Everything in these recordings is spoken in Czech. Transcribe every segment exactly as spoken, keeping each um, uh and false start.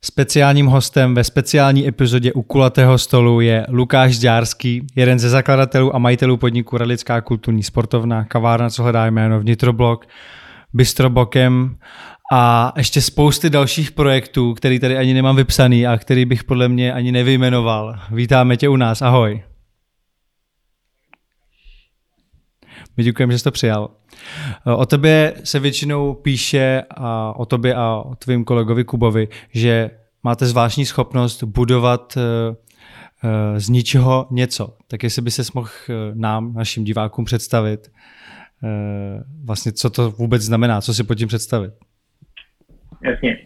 Speciálním hostem ve speciální epizodě U kulatého stolu je Lukáš Žďárský, jeden ze zakladatelů a majitelů podniku Radlická kulturní sportovna, kavárna, co hledá jméno, Vnitroblok, Bistro Bokem a ještě spousty dalších projektů, který tady ani nemám vypsaný a který bych podle mě ani nevyjmenoval. Vítáme tě u nás, ahoj. My děkujeme, že jsi to přijal. O tobě se většinou píše a o tobě a o tvým kolegovi Kubovi, že máte zvláštní schopnost budovat z ničeho něco. Tak jestli by ses mohl nám, našim divákům představit, vlastně co to vůbec znamená, co si pod tím představit. Jasně.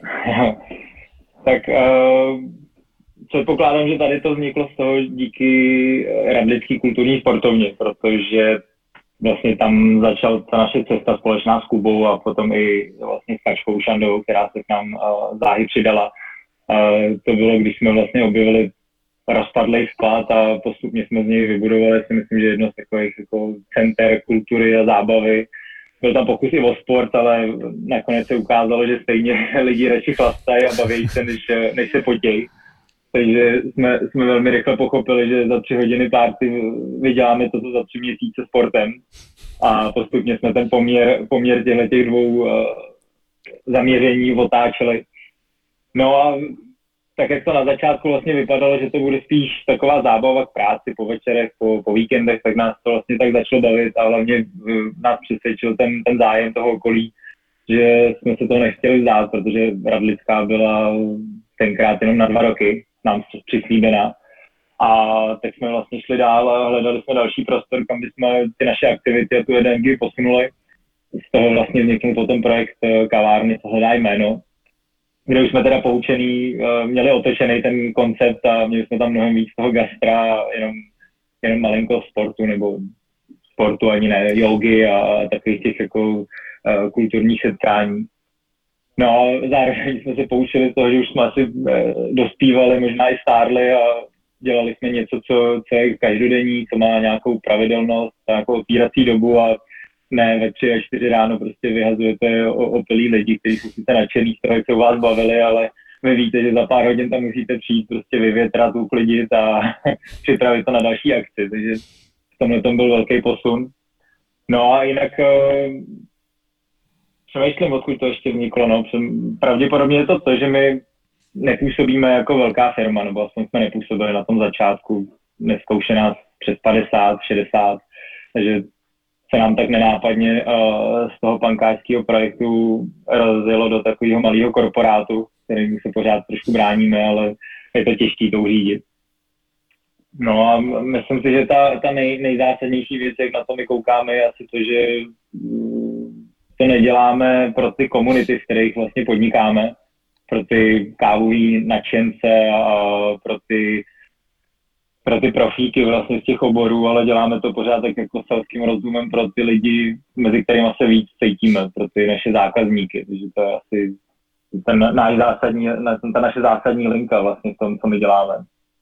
Tak uh, předpokládám, že tady to vzniklo z toho díky Radlické kulturní sportovně, protože vlastně tam začala ta naše cesta společná s Kubou a potom i vlastně s Kačkou Šandou, která se k nám uh, záhy přidala. Uh, to bylo, když jsme vlastně objevili rozpadlý sklad a postupně jsme z něj vybudovali, si myslím, že jedno z takových jako center kultury a zábavy. Byl tam pokus i o sport, ale nakonec se ukázalo, že stejně lidi radši chlastají a baví se, než, než se potějí. Takže jsme, jsme velmi rychle pochopili, že za tři hodiny párty vyděláme to, co za tři měsíce sportem. A postupně jsme ten poměr, poměr těchto dvou uh, zaměření otáčeli. No a tak, jak to na začátku vlastně vypadalo, že to bude spíš taková zábava k práci po večerech, po, po víkendech, tak nás to vlastně tak začalo bavit a hlavně nás přesvědčil ten, ten zájem toho okolí, že jsme se to nechtěli vzdát, protože Radlická byla tenkrát jenom na dva roky nám přislíbená. A tak jsme vlastně šli dál a hledali jsme další prostor, kam bychom ty naše aktivity a tu energii posunuli. Z toho vlastně vzniknul potom projekt kavárny, co hledá jméno, kde už jsme teda poučený, měli otočený ten koncept a měli jsme tam mnohem víc toho gastra, jenom, jenom malinko sportu, nebo sportu ani ne, jogy a takových těch jako kulturních setkání. No a zároveň jsme se poučili z toho, že už jsme asi dospívali, možná i stárli a dělali jsme něco, co, co je každodenní, co má nějakou pravidelnost, nějakou otvírací dobu a ne ve tři a čtyři ráno prostě vyhazujete opilí lidi, kteří jsou sice nadšený z toho, jak se u vás bavili, ale vy víte, že za pár hodin tam musíte přijít, prostě vyvětrat, uklidit a připravit to na další akci, takže v tomhle tom byl velký posun. No a jinak uh, přemýšlím, odkud to ještě vzniklo, no. Pravděpodobně je to to, že my nepůsobíme jako velká firma, nebo aspoň jsme nepůsobili na tom začátku, nezkouše nás přes padesát, šedesát, takže se nám tak nenápadně uh, z toho pankářského projektu rozjelo do takového malého korporátu, kterým se pořád trošku bráníme, ale je to těžké to uřídit. No a myslím si, že ta, ta nej, nejzásadnější věc, jak na to my koukáme, je asi to, že to neděláme pro ty komunity, v kterých vlastně podnikáme, pro ty kávový nadšence a pro ty pro ty profíky vlastně z těch oborů, ale děláme to pořád tak jako selským rozumem pro ty lidi, mezi kterými se víc cítíme, pro ty naše zákazníky. Takže to je asi ten náš zásadní, ta naše zásadní linka vlastně v tom, co my děláme.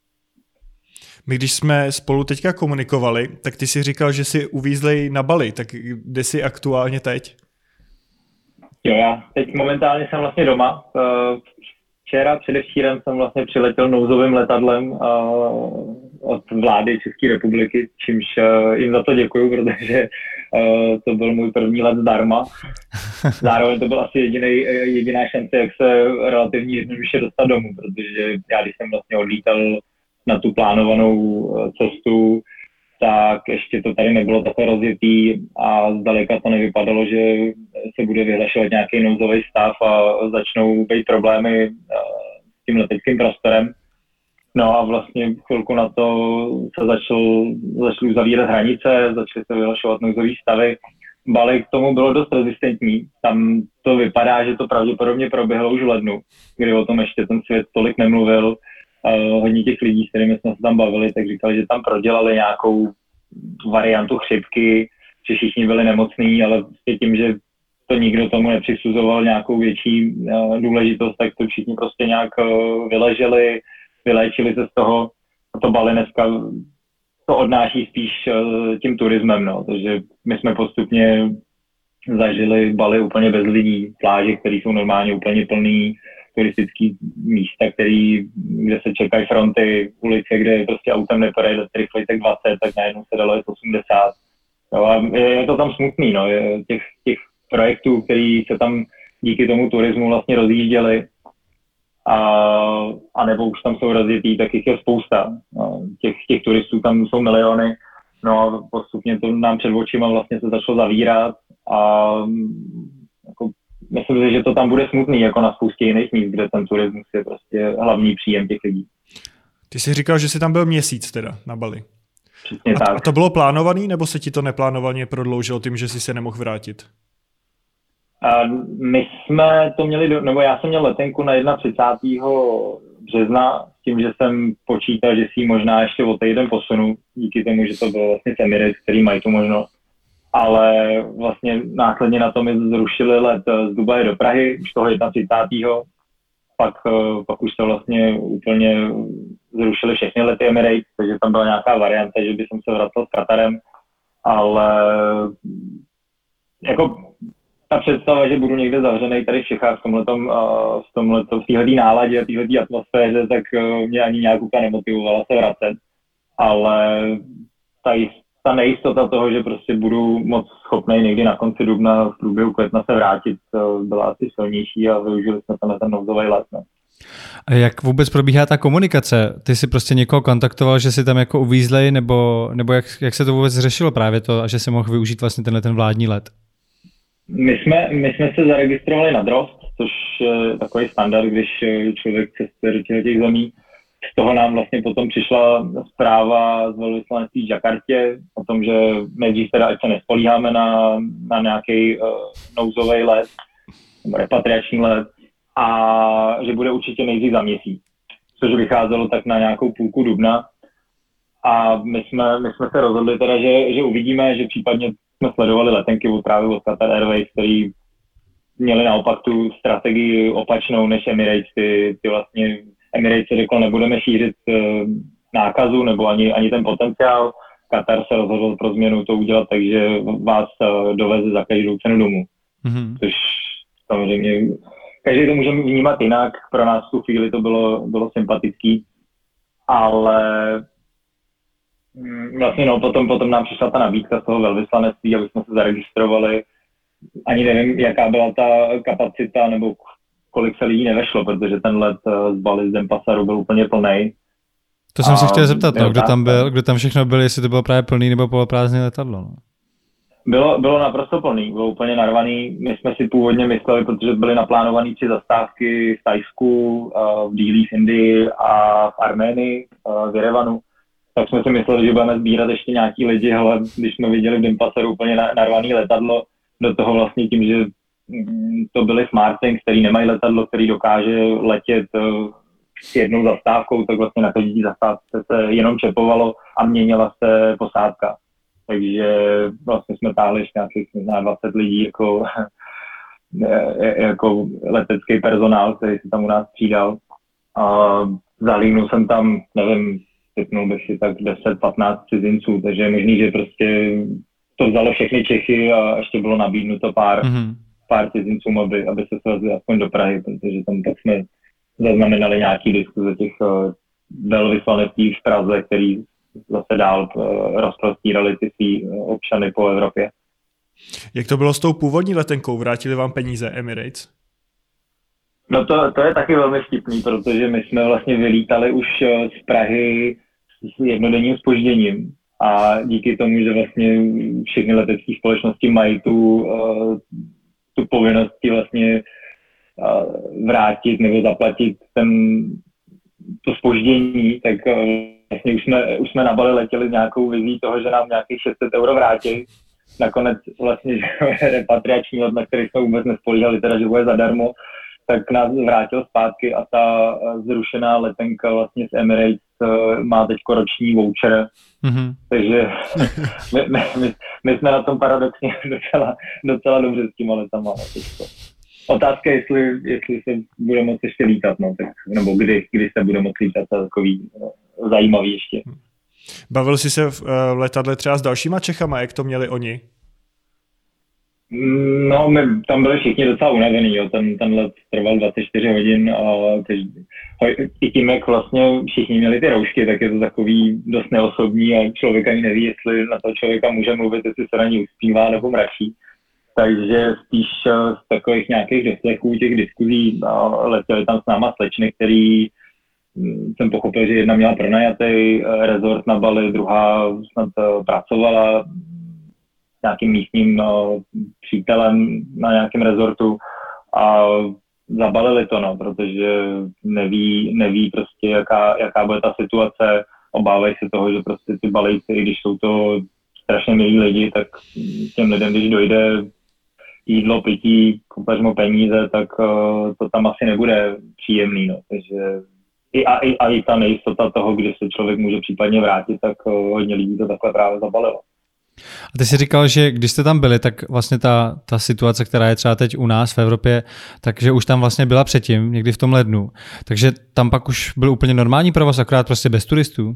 My když jsme spolu teďka komunikovali, tak ty si říkal, že jsi uvízlej na Bali, tak kde jsi aktuálně teď? Jo, já teď momentálně jsem vlastně doma. Včera, předevčírem jsem vlastně přiletěl nouzovým letadlem od vlády České republiky, čímž jim za to děkuju, protože to byl můj první let zdarma. Zároveň to byla asi jedinej, jediná šance, jak se relativně jednoduše dostat domů, protože já, když jsem vlastně odlítal na tu plánovanou cestu, tak ještě to tady nebylo takhle rozjetý a zdaleka to nevypadalo, že se bude vyhlašovat nějaký nouzový stav a začnou být problémy s tím leteckým prostorem. No a vlastně chvilku na to se začal, začaly uzavírat hranice, začaly se vyhlašovat nouzový stavy. Bali k tomu bylo dost rezistentní. Tam to vypadá, že to pravděpodobně proběhlo už v lednu, kdy o tom ještě ten svět tolik nemluvil. Uh, hodně těch lidí, s kterými jsme se tam bavili, tak říkali, že tam prodělali nějakou variantu chřipky, že všichni byli nemocní, ale tím, že to nikdo tomu nepřisuzoval nějakou větší uh, důležitost, tak to všichni prostě nějak uh, vyleželi, vyléčili se z toho. A to Bali dneska to odnáší spíš uh, tím turismem, no. Takže my jsme postupně zažili Bali úplně bez lidí, pláže, které jsou normálně úplně plný, turistický místa, který, kde se čekají fronty, ulice, kde prostě autem neprojede rychleji tak dvacet, tak najednou se dalo jet osmdesát. No a je, je to tam smutný, no, je, těch, těch projektů, který se tam díky tomu turismu vlastně rozjížděli, a, a nebo už tam jsou rozjetý, tak jich je spousta. No, těch, těch turistů tam jsou miliony, no a postupně to nám před očima vlastně se začalo zavírat a jako, myslím si, že to tam bude smutný, jako na spoustě jiných míst, kde ten turismus je prostě hlavní příjem těch lidí. Ty jsi říkal, že jsi tam byl měsíc teda na Bali. Přesně a, tak. A to bylo plánovaný, nebo se ti to neplánovaně prodloužilo tím, že jsi se nemohl vrátit? A my jsme to měli, do, nebo já jsem měl letenku na třicátého prvního března s tím, že jsem počítal, že si ji možná ještě o týden posunu, díky tomu, že to bylo vlastně Emirates, který mají tu možnost. Ale vlastně následně na to mi zrušili let z Dubaje do Prahy, už toho třicátého prvního Pak, pak už to vlastně úplně zrušili všechny lety Emirates, takže tam byla nějaká varianta, že by jsem se vracel s Katarem, ale jako ta představa, že budu někde zavřenej tady v Čechách v tomhletom, v tomhletom, v téhletý náladě, v téhletý atmosféře, tak mě ani nějak úplně nemotivovala se vracet, ale ta, ta nejistota toho, že prostě budu moc schopnej někdy na konci dubna, v průběhu května se vrátit, byla asi silnější a využili jsme tenhle ten nouzový let. Ne? A jak vůbec probíhá ta komunikace? Ty jsi prostě někoho kontaktoval, že si tam jako uvízlej, nebo, nebo jak, jak se to vůbec řešilo právě to, a že si mohl využít vlastně tenhle ten vládní let? My jsme, my jsme se zaregistrovali na Drost, což je takový standard, když člověk cestuje do těch zemí. Z toho nám vlastně potom přišla zpráva z velvyslanectví v Jakartě o tom, že nejdřív teda ať se nespolíháme na, na nějaký uh, nouzový let, nebo repatriační let, a že bude určitě nejdřív za měsíc, což vycházelo tak na nějakou půlku dubna. A my jsme, my jsme se rozhodli teda, že, že uvidíme, že případně jsme sledovali letenky od právě od Qatar Airways, který měli naopak tu strategii opačnou než Emirates. Ty, ty vlastně Emirates se řeklo, nebudeme šířit uh, nákazu nebo ani, ani ten potenciál. Qatar se rozhodl pro změnu to udělat, takže vás uh, doveze za každou cenu domů. Mm-hmm. Což samozřejmě každý to můžeme vnímat jinak. Pro nás v tu chvíli to bylo, bylo sympatický, ale vlastně no, potom, potom nám přišla ta nabídka z toho velvyslanectví, aby jsme se zaregistrovali. Ani nevím, jaká byla ta kapacita, nebo kolik se lidí nevešlo, protože ten let z Bali z Denpasaru byl úplně plnej. To jsem a se chtěl zeptat, no, kdo tam byl, kdo tam všechno byl, jestli to bylo právě plný nebo poloprázdné letadlo. No. Bylo, bylo naprosto plný, bylo úplně narvaný. My jsme si původně mysleli, protože byly naplánované tři zastávky v Thajsku, v Dillí v Indii a v Arménii, v Jerevanu. Tak jsme si mysleli, že budeme sbírat ještě nějaký lidi, ale když jsme viděli v Denpasaru úplně narvaný letadlo, do toho vlastně tím, že to byly Smartwings, který nemají letadlo, který dokáže letět s jednou zastávkou, tak vlastně na každý zastávce se jenom čepovalo a měnila se posádka. Takže vlastně jsme táhli ještě nějakých dvacet lidí jako, jako letecký personál, který se tam u nás střídal. A zalínul jsem tam, nevím, typnul bych si tak deset patnáct cizinců, takže je možný, že prostě to vzalo všechny Čechy a ještě bylo nabídnuto pár, mm-hmm. pár cizincům, aby, aby se svezli aspoň do Prahy, protože tam tak jsme zaznamenali nějaký diskuze těch uh, velvyslanectví v Praze, který zase dál uh, rozprostírali ty svý uh, občany po Evropě. Jak to bylo s tou původní letenkou? Vrátili vám peníze Emirates? No to, to je taky velmi vtipný, protože my jsme vlastně vylítali už z Prahy s jednodenním zpožděním a díky tomu, že vlastně všechny letecké společnosti mají tu, tu povinnost vlastně vrátit nebo zaplatit ten, to zpoždění, tak vlastně už jsme, už jsme na Bali letěli s nějakou vizí toho, že nám nějakých šest set euro vrátí. Nakonec vlastně repatriační let, na který jsme vůbec nespolíhali, teda, že bude zadarmo, tak nás vrátil zpátky a ta zrušená letenka vlastně z Emirates má teďko roční voucher. Mm-hmm. Takže my, my, my, my jsme na tom paradoxně docela, docela dobře s těma letama. Otázka je, jestli, jestli se bude moct ještě lítat, no, tak, nebo kdy, kdy se bude moct lítat, to takový no, zajímavý ještě. Bavil jsi se v, v letadle třeba s dalšíma Čechama, jak to měli oni? No, my tam byli všichni docela unavený, jo. Ten, ten let trval dvacet čtyři hodin a každý, i tím, jak vlastně všichni měli ty roušky, tak je to takový dost neosobní a člověk ani neví, jestli na toho člověka může mluvit, jestli se na ní uspívá nebo mračí. Takže spíš z takových nějakých doslechů těch diskuzí letěli tam s náma slečny, který jsem pochopil, že jedna měla pronajatý rezort na Bali, druhá snad pracovala s nějakým místním přítelem na nějakém rezortu a zabalili to, no, protože neví, neví prostě, jaká, jaká bude ta situace, obávají se toho, že prostě ty Balijci, i když jsou to strašně milí lidi, tak těm lidem, když dojde jídlo, pití, koupeš peníze, tak uh, to tam asi nebude příjemný, no. Takže i, a, i, a i ta nejistota toho, kdy se člověk může případně vrátit, tak uh, hodně lidí to takhle právě zabalilo. A ty jsi říkal, že když jste tam byli, tak vlastně ta, ta situace, která je třeba teď u nás v Evropě, takže už tam vlastně byla předtím, někdy v tom lednu. Takže tam pak už byl úplně normální provoz, akorát prostě bez turistů?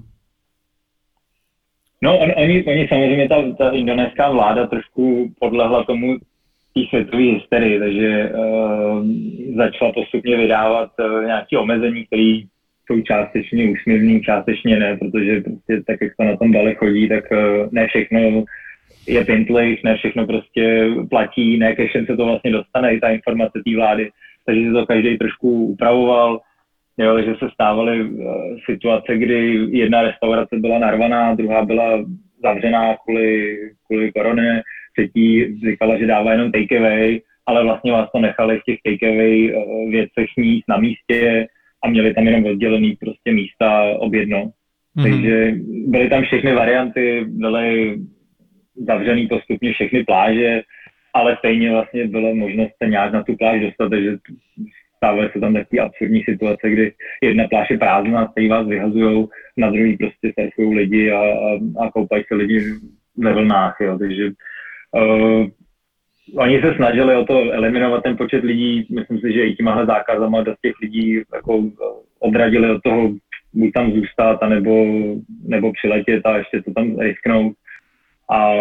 No, on, oni, oni samozřejmě, ta, ta indonéská vláda trošku podlehla tomu té světové hysterii, takže uh, začala postupně vydávat uh, nějaké omezení, které jsou částečně úsměvný, částečně ne, protože prostě tak, jak to na tom Bali chodí, tak uh, ne všechno je pintlich, ne všechno prostě platí, ne ke všem se to vlastně dostane, i ta informace té vlády, takže se to každý trošku upravoval, jo, že se stávaly uh, situace, kdy jedna restaurace byla narvaná, druhá byla zavřená kvůli, kvůli koroně, třetí říkala, že dává jenom takeaway, ale vlastně vás to nechali v těch takeaway uh, věcech sníst na místě a měli tam jenom oddělený prostě místa objedno. Mm-hmm. Takže byly tam všechny varianty, byly zavřený postupně všechny pláže, ale stejně vlastně byla možnost se nějak na tu pláž dostat, takže stávaly se tam takové absurdní situace, kdy jedna pláž je prázdná, stejně vás vyhazujou, na druhý prostě surfují lidi a, a, a koupají se lidi ve vlnách, jo, takže uh, oni se snažili o to eliminovat ten počet lidí, myslím si, že i těmahle zákazama dost těch lidí jako odradili od toho buď tam zůstat, anebo, nebo přiletět a ještě to tam risknout. A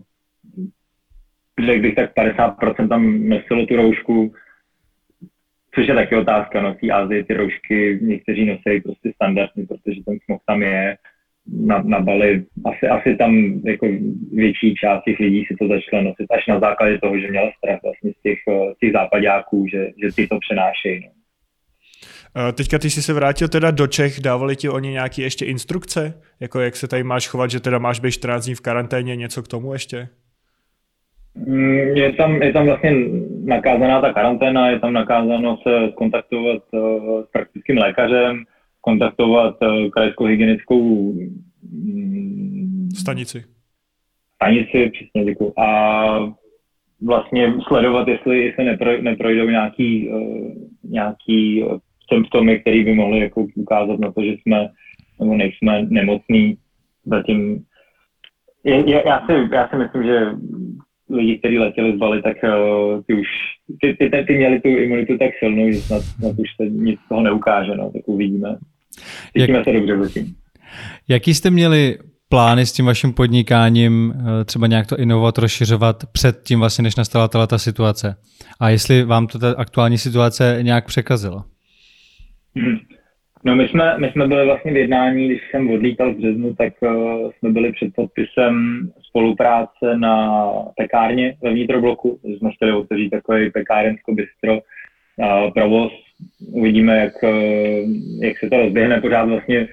řekl bych tak padesát procent tam nosilo tu roušku, což je taky otázka, no v té Asii ty roušky někteří nosí prostě standardně, protože ten smog tam je. Na, na Bali asi, asi tam jako větší část těch lidí si to začala nosit až na základě toho, že měla strach vlastně z těch, z těch západáků, že, že ty to přenášejí. No. Teďka ty jsi se vrátil teda do Čech, dávali ti oni nějaké ještě instrukce? Jako jak se tady máš chovat, že teda máš být čtrnáct dní v karanténě, něco k tomu ještě? Je tam, je tam vlastně nakázaná ta karanténa, je tam nakázáno se kontaktovat s praktickým lékařem, kontaktovat uh, krajskou hygienickou mm, stanici. Stanici, přesně děkuji. A vlastně sledovat, jestli, jestli nepro, neprojdou nějaký, uh, nějaký symptomy, které by mohly jako ukázat na to, že jsme nebo nejsme nemocní. Zatím je, je, já, si, já si myslím, že lidi, kteří letěli z Bali, tak uh, ty už ty, ty, ty, ty měli tu imunitu tak silnou, že snad, snad už se nic z toho neukáže, no, tak uvidíme. Cítíme Jak, se dobře zatím. Jaký jste měli plány s tím vaším podnikáním, třeba nějak to inovovat, rozšiřovat před tím vlastně, než nastala ta situace? A jestli vám to ta aktuální situace nějak překazila? Hmm. No my jsme, my jsme byli vlastně v jednání, když jsem odlítal v březnu, tak uh, jsme byli před podpisem spolupráce na pekárně ve vnitrobloku, že jsme chtěli otevřít takový pekárensko-bistro uh, provoz. Uvidíme, jak, uh, jak se to rozběhne, pořád vlastně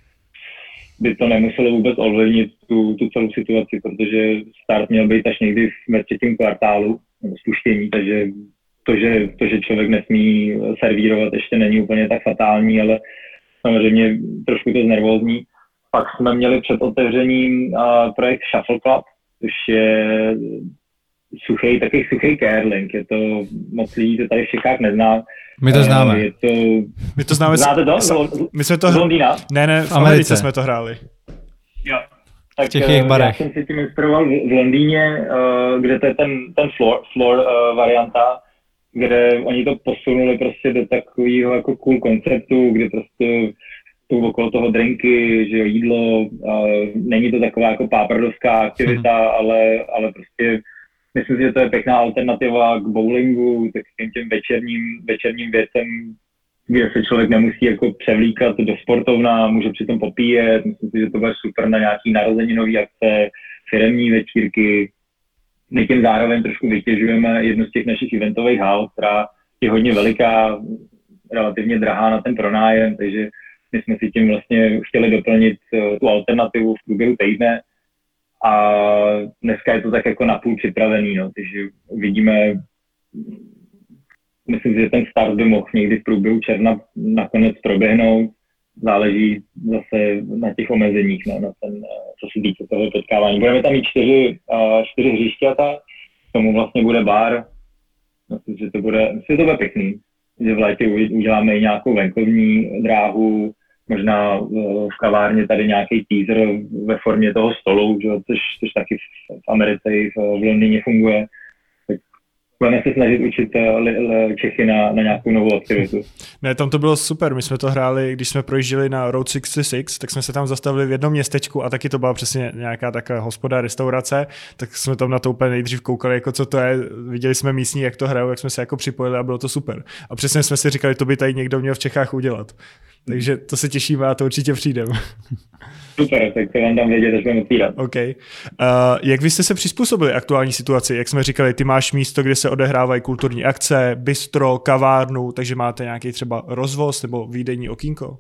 by to nemuselo vůbec ovlivnit tu, tu celou situaci, protože start měl být až někdy ve třetím kvartálu, nebo spuštění, takže to, že, to, že člověk nesmí servírovat, ještě není úplně tak fatální, ale samozřejmě trošku to znervózní. Pak jsme měli před otevřením uh, projekt Shuffle Club, což je suchý, takový suchý curling. Je to moc lidí, to tady v Čechách nezná. My to známe. Je to... My to známe. Znáte to? My jsme to... Z Londýna? Ne, ne, v Americe jsme to hráli. Jo. Tak v těch jejich barech. Já jsem si tím inspiroval v Londýně, uh, kde to je ten, ten floor, floor uh, varianta, kde oni to posunuli prostě do takového jako cool konceptu, kde prostě jsou okolo toho drinky, že jo, jídlo, uh, není to taková jako páprdovská aktivita, mm. ale, ale prostě myslím si, že to je pěkná alternativa k bowlingu, tak k těm večerním, večerním věcem, kde se člověk nemusí jako převlíkat do sportovna, může přitom popíjet. Myslím si, že to bude super na nějaký narozeninový akce, firemní večírky. My tím zároveň trošku vytěžujeme jednu z těch našich eventových hal, která je hodně veliká, relativně drahá na ten pronájem, takže my jsme si tím vlastně chtěli doplnit tu alternativu v průběhu týdne a dneska je to tak jako napůl připravený, no, takže vidíme, myslím si, že ten start by mohl někdy v průběhu června nakonec proběhnout, záleží zase na těch omezeních, no, na ten, co se týče toho potkávání. Budeme tam mít čtyři, čtyři hřišťata, k tomu vlastně bude bar, myslím, že to bude, myslím, že to bude pěkný, že v létě uděláme i nějakou venkovní dráhu, možná v kavárně tady nějaký teaser ve formě toho stolu, že, což, což taky v Americe i v Londýně funguje. Tak budeme se snažit učit Čechy na, na nějakou novou aktivitu. Ne, tam to bylo super, my jsme to hráli, když jsme projížděli na Route šedesát šest, tak jsme se tam zastavili v jednom městečku a taky to byla přesně nějaká taková hospoda, restaurace, tak jsme tam na to úplně nejdřív koukali, jako co to je, viděli jsme místní, jak to hrajou, jak jsme se jako připojili a bylo to super. A přesně jsme si říkali, to by tady někdo měl v Čechách udělat. Takže to se těšíme a to určitě přijdeme. Super, tak to vám dám vědět, až budeme otvírat. OK. Uh, jak vy jste se přizpůsobili aktuální situaci? Jak jsme říkali, ty máš místo, kde se odehrávají kulturní akce, bistro, kavárnu, takže máte nějaký třeba rozvoz nebo výdejní okýnko?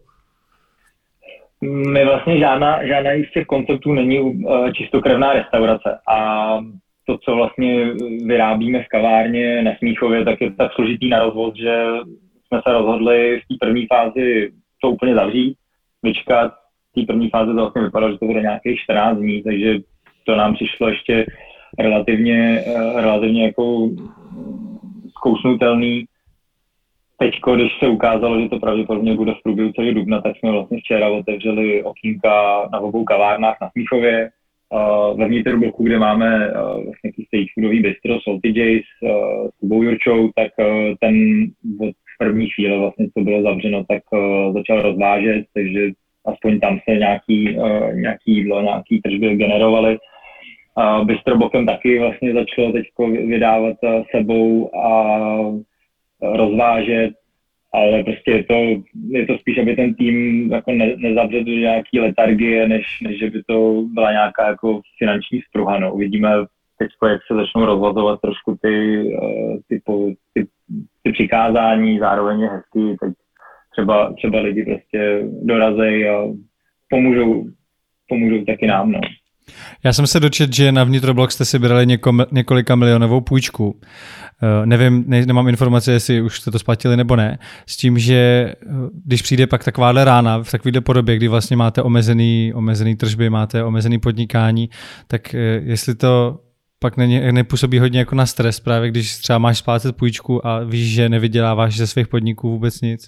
My vlastně žádná, žádná z těch konceptů není uh, čistokrevná restaurace a to, co vlastně vyrábíme v kavárně na Smíchově, tak je tak složitý na rozvoz, že jsme se rozhodli v té první fázi to úplně zavřít, vyčkat. V té první fázi to vlastně vypadalo, že to bude nějakých čtrnáct dní, takže to nám přišlo ještě relativně, relativně jako zkousnutelný. Teďko, když se ukázalo, že to pravděpodobně bude v průběhu celého dubna, tak jsme vlastně včera otevřeli okýnka na obou kavárnách na Smíchově. Ve vnitru bloku, kde máme vlastně nějaký stage foodový bistro, Salty Jays s Kubou Jurčou, tak ten od první chvíle vlastně, co bylo zavřeno, tak začal rozvážet, takže aspoň tam se nějaký, nějaký jídlo, nějaký tržby generovaly. Bistro bokem taky vlastně začalo teď vydávat sebou a rozvážet, ale prostě je to, je to spíš, aby ten tým jako ne, nezavřel do nějaký letargie, než, než že by to byla nějaká jako finanční spruha. No. Uvidíme teď, jak se začnou rozvazovat trošku ty, ty, ty, ty přikázání, zároveň je hezký, teď třeba, třeba lidi prostě dorazej a pomůžou, pomůžou taky nám. No. Já jsem se dočet, že na Vnitroblog jste si brali něko, několika milionovou půjčku. Uh, nevím, ne, nemám informace, jestli už jste to splatili nebo ne, s tím, že když přijde pak takováhle rána v takovéhle podobě, kdy vlastně máte omezený, omezený tržby, máte omezený podnikání, tak uh, jestli to pak ne, nepůsobí hodně jako na stres, právě když třeba máš splácet půjčku a víš, že nevyděláváš ze svých podniků vůbec nic?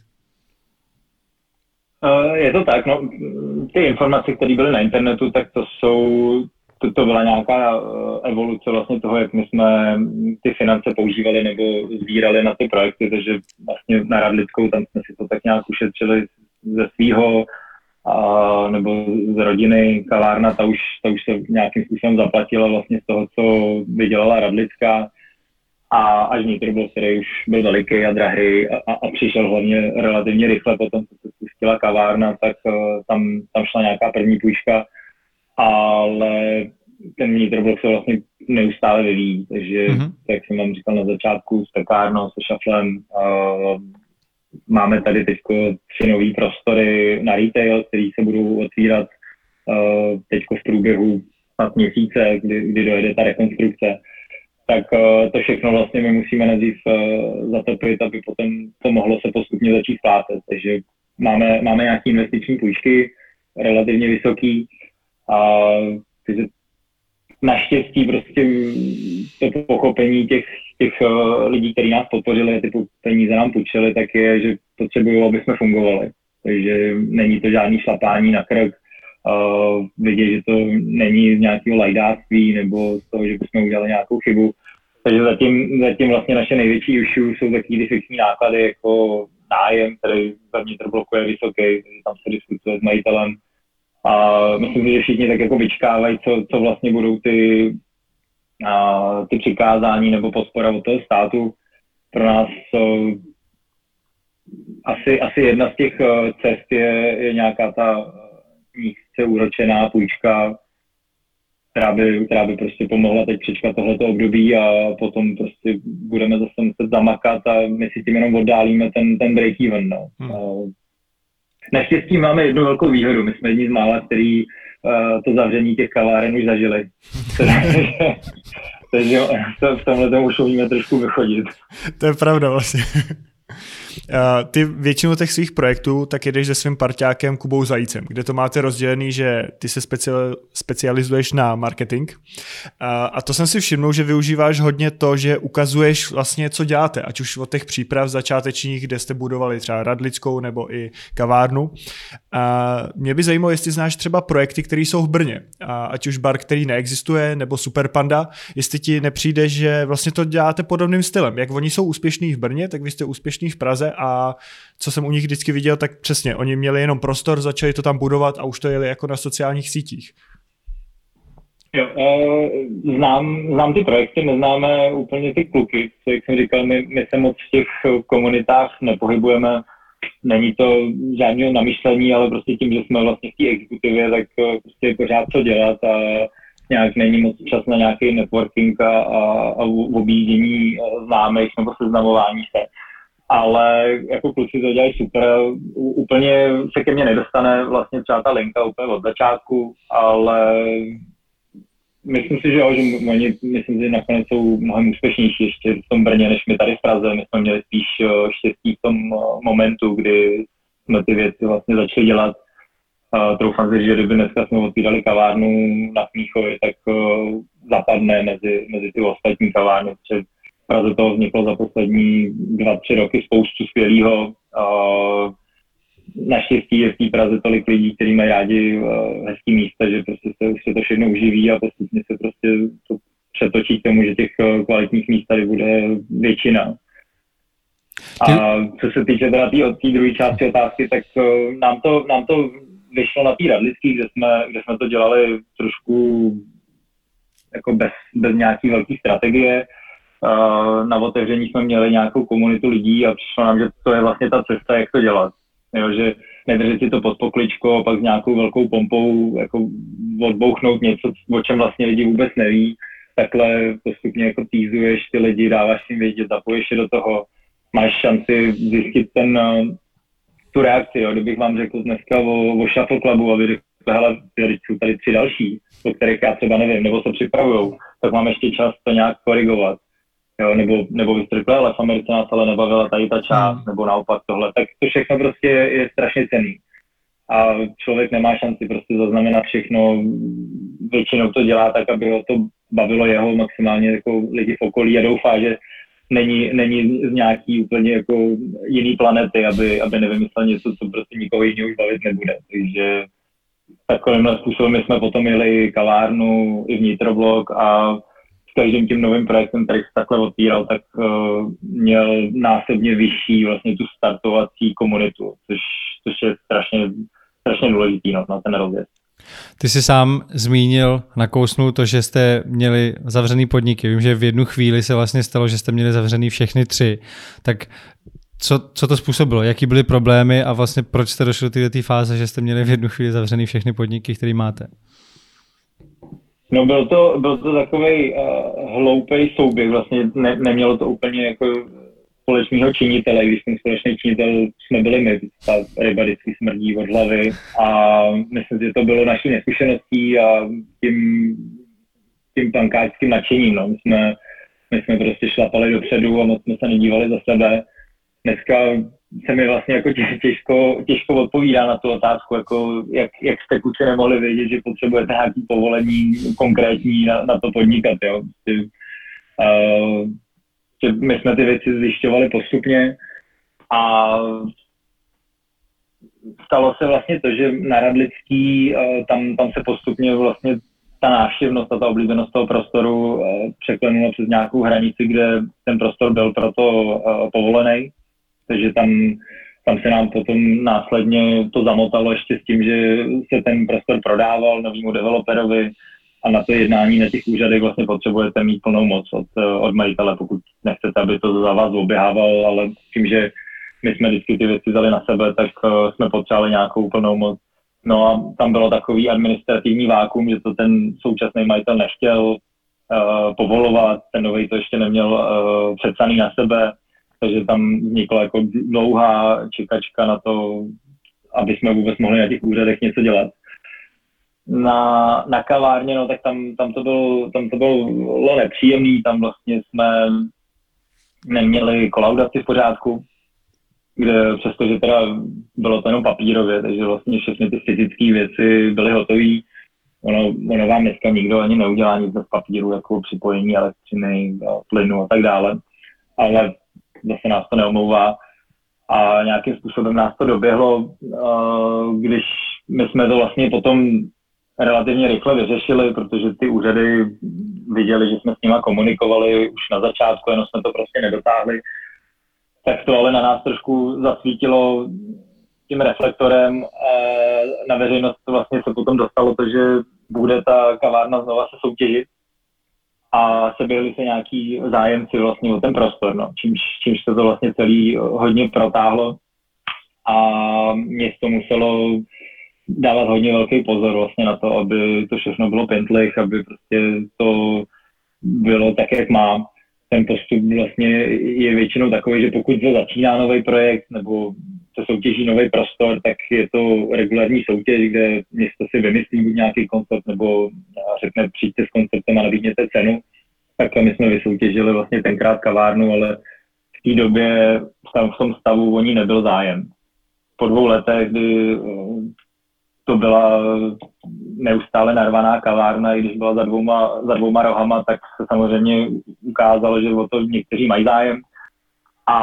Je to tak, no, ty informace, které byly na internetu, tak to jsou, to, to byla nějaká evoluce vlastně toho, jak my jsme ty finance používali nebo sbírali na ty projekty, takže vlastně na Radlickou tam jsme si to tak nějak ušetřili ze svýho, a, nebo z rodiny, kavárna, ta už, ta už se nějakým způsobem zaplatila vlastně z toho, co vydělala Radlická. A až Vnitroblog, který už byl veliký a drahý a, a přišel hlavně relativně rychle potom, co se spustila kavárna, tak uh, tam, tam šla nějaká první půjčka, ale ten Vnitroblog se vlastně neustále vyvíjí, takže mm-hmm. jak jsem vám říkal na začátku, s pekárnou, se šaflem, uh, máme tady teďko tři nový prostory na retail, který se budou otvírat uh, teďko v průběhu snad měsíce, kdy, kdy dojde ta rekonstrukce. Tak uh, to všechno vlastně my musíme nejdřív uh, zatopit, aby potom to mohlo se postupně začít splácet. Takže máme, máme nějaké investiční půjčky, relativně vysoký, a takže naštěstí prostě to pochopení těch, těch uh, lidí, kteří nás podpořili, ty peníze nám půjčili, tak je, že potřebují, aby jsme fungovali. Takže není to žádný šlapání na krk. Uh, vidět, že to není z nějakého lajdáctví nebo z toho, že bychom udělali nějakou chybu. Takže zatím, zatím vlastně naše největší issue jsou takový ty fixní náklady jako nájem, který ve Vnitrobloku je vysoký, takže tam se diskutuje s majitelem. A myslím, že všichni tak jako vyčkávají, co, co vlastně budou ty, a ty přikázání nebo podpora od toho státu pro nás jsou asi, asi jedna z těch cest je, je nějaká ta nízce úročená půjčka, která by, která by prostě pomohla teď přečkat tohleto období a potom prostě budeme zase muset zamakat a my si tím jenom oddálíme ten, ten break-even. No. Hmm. Naštěstí máme jednu velkou výhodu. My jsme jedni z mála, který uh, to zavření těch kaváren už zažili. Takže v tomhle tomu už umíme trošku vychodit. To je pravda vlastně. Ty většinu těch svých projektů tak jedeš se svým parťákem Kubou Zajícem, kde to máte rozdělený, že ty se specializuješ na marketing a to jsem si všimnul, že využíváš hodně to, že ukazuješ vlastně, co děláte, ať už od těch příprav začátečních, kde jste budovali třeba Radlickou nebo i kavárnu. A mě by zajímalo, jestli znáš třeba projekty, které jsou v Brně, a ať už bar, který neexistuje, nebo Super Panda, jestli ti nepřijde, že vlastně to děláte podobným stylem. Jak oni jsou úspěšní v Brně, tak vy jste úspěšní v Praze a co jsem u nich vždycky viděl, tak přesně, oni měli jenom prostor, začali to tam budovat a už to jeli jako na sociálních sítích. Jo, znám, znám ty projekty, neznáme úplně ty kluky, co jak jsem říkal, my, my se moc v těch komunitách nepohybujeme, není to žádného namyšlení, ale prostě tím, že jsme vlastně v té exekutivě, tak prostě je pořád co dělat a nějak není moc čas na nějaký networking a, a, a objíždění známých nebo seznamování se. Ale jako kluci to dělají super, úplně se ke mně nedostane vlastně třeba ta linka úplně od začátku, ale myslím si, že jo, že oni, myslím si, že nakonec jsou mnohem úspěšnější ještě v tom Brně, než my tady v Praze. My jsme měli spíš štěstí v tom momentu, kdy jsme ty věci vlastně začali dělat. Uh, troufám si, že kdyby dneska jsme otvírali kavárnu na Smíchově, tak uh, zapadne mezi, mezi ty ostatní kavárny, protože v Praze toho vzniklo za poslední dva, tři roky spoustu skvělýho. Uh, naštěstí je v té Praze tolik lidí, kteří mají rádi uh, hezký místa, že prostě se, se to všechno uživí a postupně se prostě to přetočí k tomu, že těch uh, kvalitních míst tady bude většina. A co se týče teda tý, od té druhé části otázky, tak uh, nám, to, nám to vyšlo na té Radlický, kde jsme, kde jsme to dělali trošku jako bez, bez nějaký velké strategie. Na otevření jsme měli nějakou komunitu lidí a přišlo nám, že to je vlastně ta cesta, jak to dělat. Jo, že nedržet si to pod pokličko a pak s nějakou velkou pompou jako odbouchnout něco, o čem vlastně lidi vůbec neví. Takhle postupně jako týzuješ ty lidi, dáváš jim vědět, zapoješ je do toho, máš šanci zjistit ten, tu reakci. Jo. Kdybych vám řekl dneska o, o Shuffle Clubu, aby řekl, hele, jsou tady tři další, o kterých já třeba nevím, nebo se připravujou, tak mám ještě čas to nějak korigovat. Jo, nebo, nebo vy jste řekli, ale v Americe nás ale nebavila tady ta část, mm. nebo naopak tohle, tak to všechno prostě je strašně cenný. A člověk nemá šanci prostě zaznamenat všechno, většinou to dělá tak, aby ho to bavilo jeho maximálně jako lidi v okolí a doufá, že není, není z nějaký úplně jako jiný planety, aby, aby nevymyslel něco, co prostě nikoho jiného už bavit nebude. Takže takovýmhle způsobem my jsme potom jeli kavárnu i vnitroblok a každým tím novým projektem, který se takhle otvíral, tak uh, měl násobně vyšší vlastně tu startovací komunitu, což, což je strašně, strašně důležitý no, na ten rozjezd. Ty jsi sám zmínil, nakousnul to, že jste měli zavřený podniky. Vím, že v jednu chvíli se vlastně stalo, že jste měli zavřený všechny tři. Tak co, co to způsobilo? Jaký byly problémy a vlastně proč jste došli do této fáze, že jste měli v jednu chvíli zavřený všechny podniky, které máte? No byl to, byl to takovej uh, hloupej souběh, vlastně ne, nemělo to úplně jako společného činitele, když ten společný činitel jsme byli my, ta ryba vždycky smrdí od hlavy a myslím, že to bylo naší neskušeností a tím, tím pankáčským nadšením, no. My jsme, my jsme prostě šlapali dopředu a moc jsme se nedívali za sebe. Dneska se mi vlastně jako těžko, těžko odpovídá na tu otázku, jako jak, jak jste kluci nemohli vědět, že potřebujete nějaké povolení konkrétní na, na to podnikat. Jo. Uh, že my jsme ty věci zjišťovali postupně a stalo se vlastně to, že na Radlický uh, tam, tam se postupně vlastně ta návštěvnost a ta oblíbenost toho prostoru uh, překlenula přes nějakou hranici, kde ten prostor byl proto uh, povolený. Takže tam, tam se nám potom následně to zamotalo ještě s tím, že se ten prostor prodával novému developerovi a na to jednání na těch úřadech vlastně potřebujete mít plnou moc od, od majitele, pokud nechcete, aby to za vás oběhával, ale tím, že my jsme vždycky ty věci vzali na sebe, tak uh, jsme potřebovali nějakou plnou moc. No a tam bylo takový administrativní vákuum, že to ten současný majitel nechtěl uh, povolovat, ten novej to ještě neměl uh, přepsaný na sebe, takže tam vznikla jako dlouhá čekačka na to, aby jsme vůbec mohli na těch úřadech něco dělat. Na, na kavárně, no tak tam, tam, to bylo, tam to bylo nepříjemný, tam vlastně jsme neměli kolaudaci v pořádku, kde přestože teda bylo to jenom papírově, takže vlastně všechny ty fyzické věci byly hotové. Ono, ono vám dneska nikdo ani neudělá nic bez papíru, jako připojení elektřiny, plynu a tak dále, ale zase nás to neomlouvá. A nějakým způsobem nás to doběhlo, když my jsme to vlastně potom relativně rychle vyřešili, protože ty úřady viděli, že jsme s nima komunikovali už na začátku, jenom jsme to prostě nedotáhli. Tak to ale na nás trošku zasvítilo tím reflektorem a na veřejnost vlastně se potom dostalo to, že bude ta kavárna znova se soutěžit a seběhli se nějaký zájemci vlastně o ten prostor, no. čímž, čímž se to vlastně celý hodně protáhlo a město muselo dávat hodně velký pozor vlastně na to, aby to všechno bylo pintlich, aby prostě to bylo tak, jak má. Ten postup vlastně je většinou takový, že pokud se začíná nový projekt nebo se soutěží nový prostor, tak je to regulární soutěž, kde město si vymyslí buď nějaký koncept nebo řekne přijďte s konceptem a nabídněte cenu. Tak my jsme vysoutěžili vlastně tenkrát kavárnu, ale v té době v tom stavu o ní nebyl zájem. Po dvou letech, kdy to byla neustále narvaná kavárna, i když byla za dvouma, za dvouma rohama, tak se samozřejmě ukázalo, že o to někteří mají zájem. A,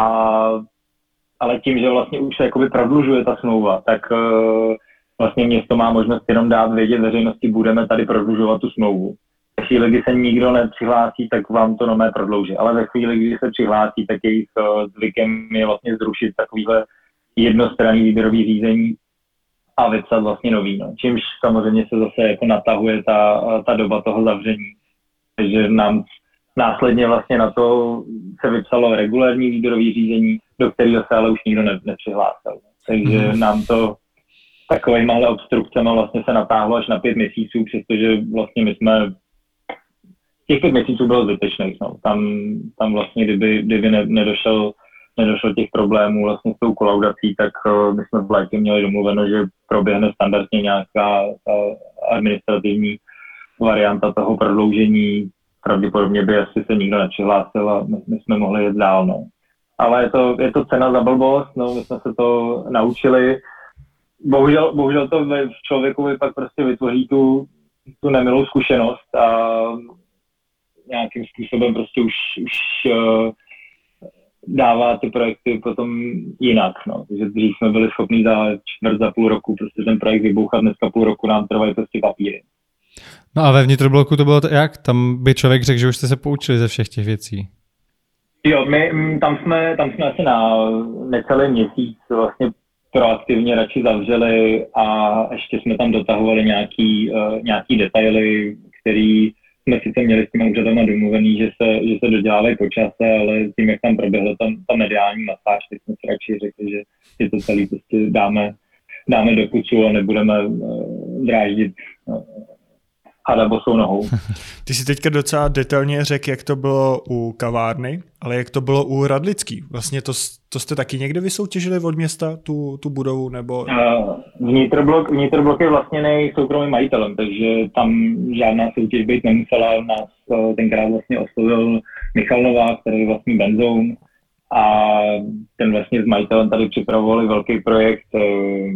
ale tím, že vlastně už se jakoby prodlužuje ta smlouva, tak uh, vlastně město má možnost jenom dát vědět veřejnosti, budeme tady prodlužovat tu smlouvu. Ve chvíli, kdy se nikdo nepřihlásí, tak vám to nomé prodlouží. Ale ve chvíli, kdy se přihlásí, tak jejich uh, zvykem je vlastně zrušit takovýhle jednostranný výběrový řízení a vypsat vlastně nový, no. Čímž samozřejmě se zase jako natahuje ta, ta doba toho zavření. Takže nám následně vlastně na to se vypsalo regulární výběrový řízení, do kterého se ale už nikdo ne, nepřihlásil. Takže mm. nám to takovýmhle obstrukcemi vlastně se natáhlo až na pět měsíců, přestože vlastně my jsme těch pět měsíců bylo zbytečných, no. Tam, tam vlastně, kdyby, kdyby ne, nedošel nedošlo těch problémů vlastně s tou kolaudací, tak uh, my jsme v létě měli domluveno, že proběhne standardně nějaká uh, administrativní varianta toho prodloužení. Pravděpodobně by asi se nikdo nepřihlásil a my, my jsme mohli jet dál. No. Ale je to, je to cena za blbost, no, my jsme se to naučili. Bohužel, bohužel to v člověku pak prostě vytvoří tu, tu nemilou zkušenost a nějakým způsobem prostě už, už uh, dává ty projekty potom jinak, no. Takže dřív jsme byli schopni za čtvrt, za půl roku prostě ten projekt vybouchat, dneska půl roku nám trvají prostě papíry. No a ve vnitrobloku to bylo to jak? Tam by člověk řekl, že už jste se poučili ze všech těch věcí. Jo, my tam jsme, tam jsme asi na necelý měsíc vlastně proaktivně radši zavřeli a ještě jsme tam dotahovali nějaký, uh, nějaký detaily, který jsme sice měli s těma úřadama domluvený, že se, že se dodělávají po čase, ale tím, jak tam proběhla tam, ta mediální masáž, tak jsme si radši řekli, že si to celý prostě dáme, dáme do kucu a nebudeme uh, dráždit uh, hada bosou nohou. Ty si teďka docela detailně řekl, jak to bylo u kavárny, ale jak to bylo u Radlický. Vlastně to, to jste taky někde vysoutěžili od města, tu, tu budovu, nebo... Uh, vnitroblok, vnitroblok je vlastněný soukromým majitelem, takže tam žádná soutěž být nemusela. Nás uh, tenkrát vlastně oslovil Michal Novák, který je vlastní Benzoun, a ten vlastně s majitelem tady připravovali velký projekt uh,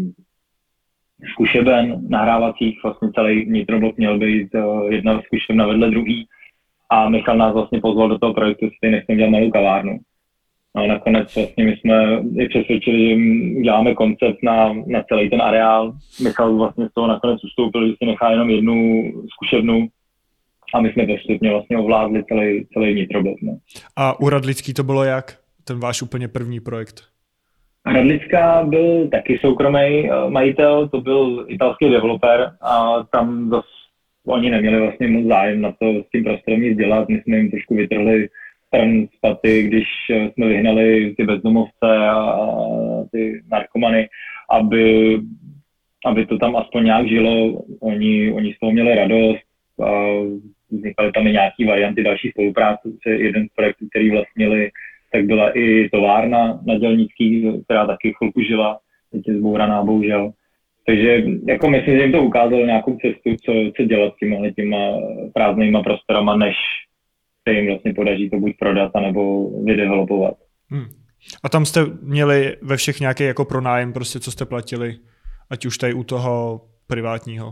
zkušeben nahrávacích, vlastně celý vnitroblok měl být uh, jedna zkušebna vedle druhý a Michal nás vlastně pozval do toho projektu, jestli nechceme dělat malou kavárnu. No nakonec vlastně my jsme i přesvědčili, že děláme koncept na, na celý ten areál. Michal vlastně z toho nakonec ustoupil, že si nechá jenom jednu zkušebnu a my jsme postupně vlastně ovládli celý, celý vnitroblok. No. A u Radlický to bylo jak? Ten váš úplně první projekt? Radlická byl taky soukromý majitel, to byl italský developer a tam zase oni neměli vlastně moc zájem na to s tím prostorem nic dělat. My jsme jim trošku vytrhli trn z paty, když jsme vyhnali ty bezdomovce a ty narkomany, aby, aby to tam aspoň nějak žilo. Oni, oni z toho měli radost a vznikaly tam i nějaké varianty další spolupráce. Jeden z projektů, který vlastnili, tak byla i továrna na Dělnický, která taky chvilku žila, teď je zbouraná, bohužel. Takže jako myslím, že jim to ukázalo nějakou cestu, co, co dělat s těma, těma prázdnýma prostorama, než se jim vlastně podaří to buď prodat, anebo vydevelopovat. Hmm. A tam jste měli ve všech nějaký jako pronájem, prostě co jste platili, ať už tady u toho privátního?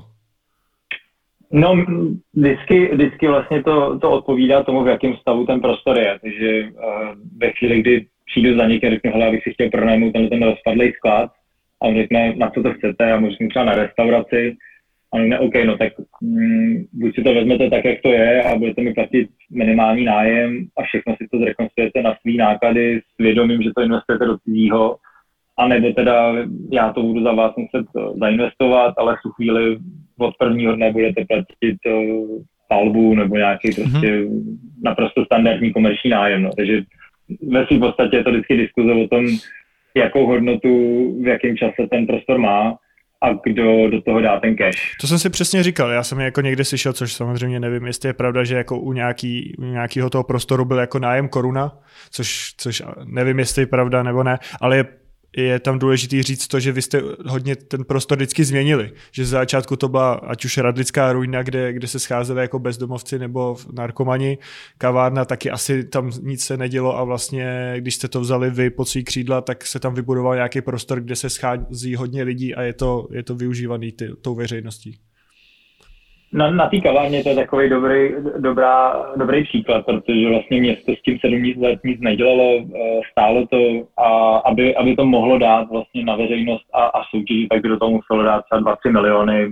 No, vždycky, vždycky vlastně to, to odpovídá tomu, v jakém stavu ten prostor je. Takže uh, ve chvíli, kdy přijdu za někým, řeknu, hele, abych si chtěl pronajmout ten, ten rozpadlej sklad, a on řekne, na co to chcete, a možná třeba na restauraci, a on řekne, OK, no tak mm, buď si to vezmete tak, jak to je, a budete mi platit minimální nájem a všechno si to zrekonstruujete na svý náklady s vědomím, že to investujete do cizího, a nebo teda já to budu za vás muset zainvestovat, ale v tu chvíli od prvního dne budete platit palbu nebo nějaký prostě mm-hmm. naprosto standardní komerční nájem. No. Takže ve svým podstatě je to vždycky diskuze o tom, jakou hodnotu, v jakém čase ten prostor má a kdo do toho dá ten cash. To jsem si přesně říkal, já jsem jako někde slyšel, což samozřejmě nevím, jestli je pravda, že jako u, nějaký, u nějakého toho prostoru byl jako nájem koruna, což, což nevím, jestli je pravda nebo ne, ale je je tam důležitý říct to, že vy jste hodně ten prostor vždycky změnili. Že z začátku to byla ať už Radlická ruina, kde, kde se scházeli jako bezdomovci nebo narkomani. Kavárna taky asi tam nic se nedělo a vlastně, když jste to vzali vy pod svý křídla, tak se tam vybudoval nějaký prostor, kde se schází hodně lidí a je to, je to využívaný ty, tou veřejností. Na, na té kavárně to je takový dobrý, dobrá, dobrý příklad, protože vlastně město s tím sedm let nic nedělalo, stálo to a aby, aby to mohlo dát vlastně na veřejnost a, a soutěžit, tak by do toho muselo dát třeba dva tři miliony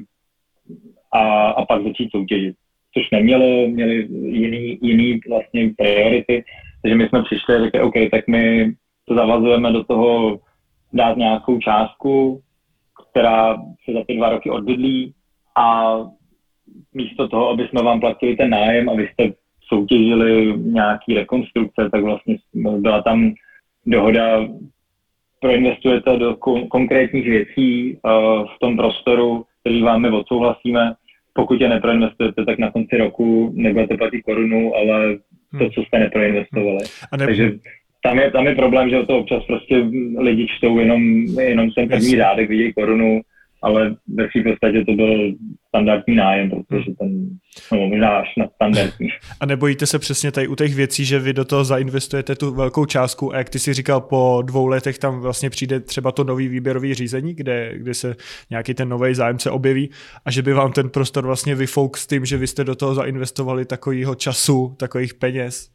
a, a pak začít soutěžit. Což nemělo, měli jiný, jiný vlastně priority, takže my jsme přišli a řekli, OK, tak my to zavazujeme do toho dát nějakou částku, která se za ty dva roky odbydlí a místo toho, aby jsme vám platili ten nájem a vy jste soutěžili nějaký rekonstrukce, tak vlastně byla tam dohoda, proinvestujete do kon- konkrétních věcí uh, v tom prostoru, který vám my odsouhlasíme. Pokud je neproinvestujete, tak na konci roku nebudete platit korunu, ale to, co jste neproinvestovali. Ne... Takže tam je, tam je problém, že to občas prostě lidi čtou jenom, jenom ten první řádek, vidějí korunu, ale ve svým podstatě to byl standardní nájem, protože ten, no, možná až na standardní. A nebojíte se přesně tady u těch věcí, že vy do toho zainvestujete tu velkou částku a jak ty si říkal, po dvou letech tam vlastně přijde třeba to nový výběrový řízení, kde, kde se nějaký ten nový zájemce objeví a že by vám ten prostor vlastně vyfouk s tím, že vy jste do toho zainvestovali takovýho času, takových peněz?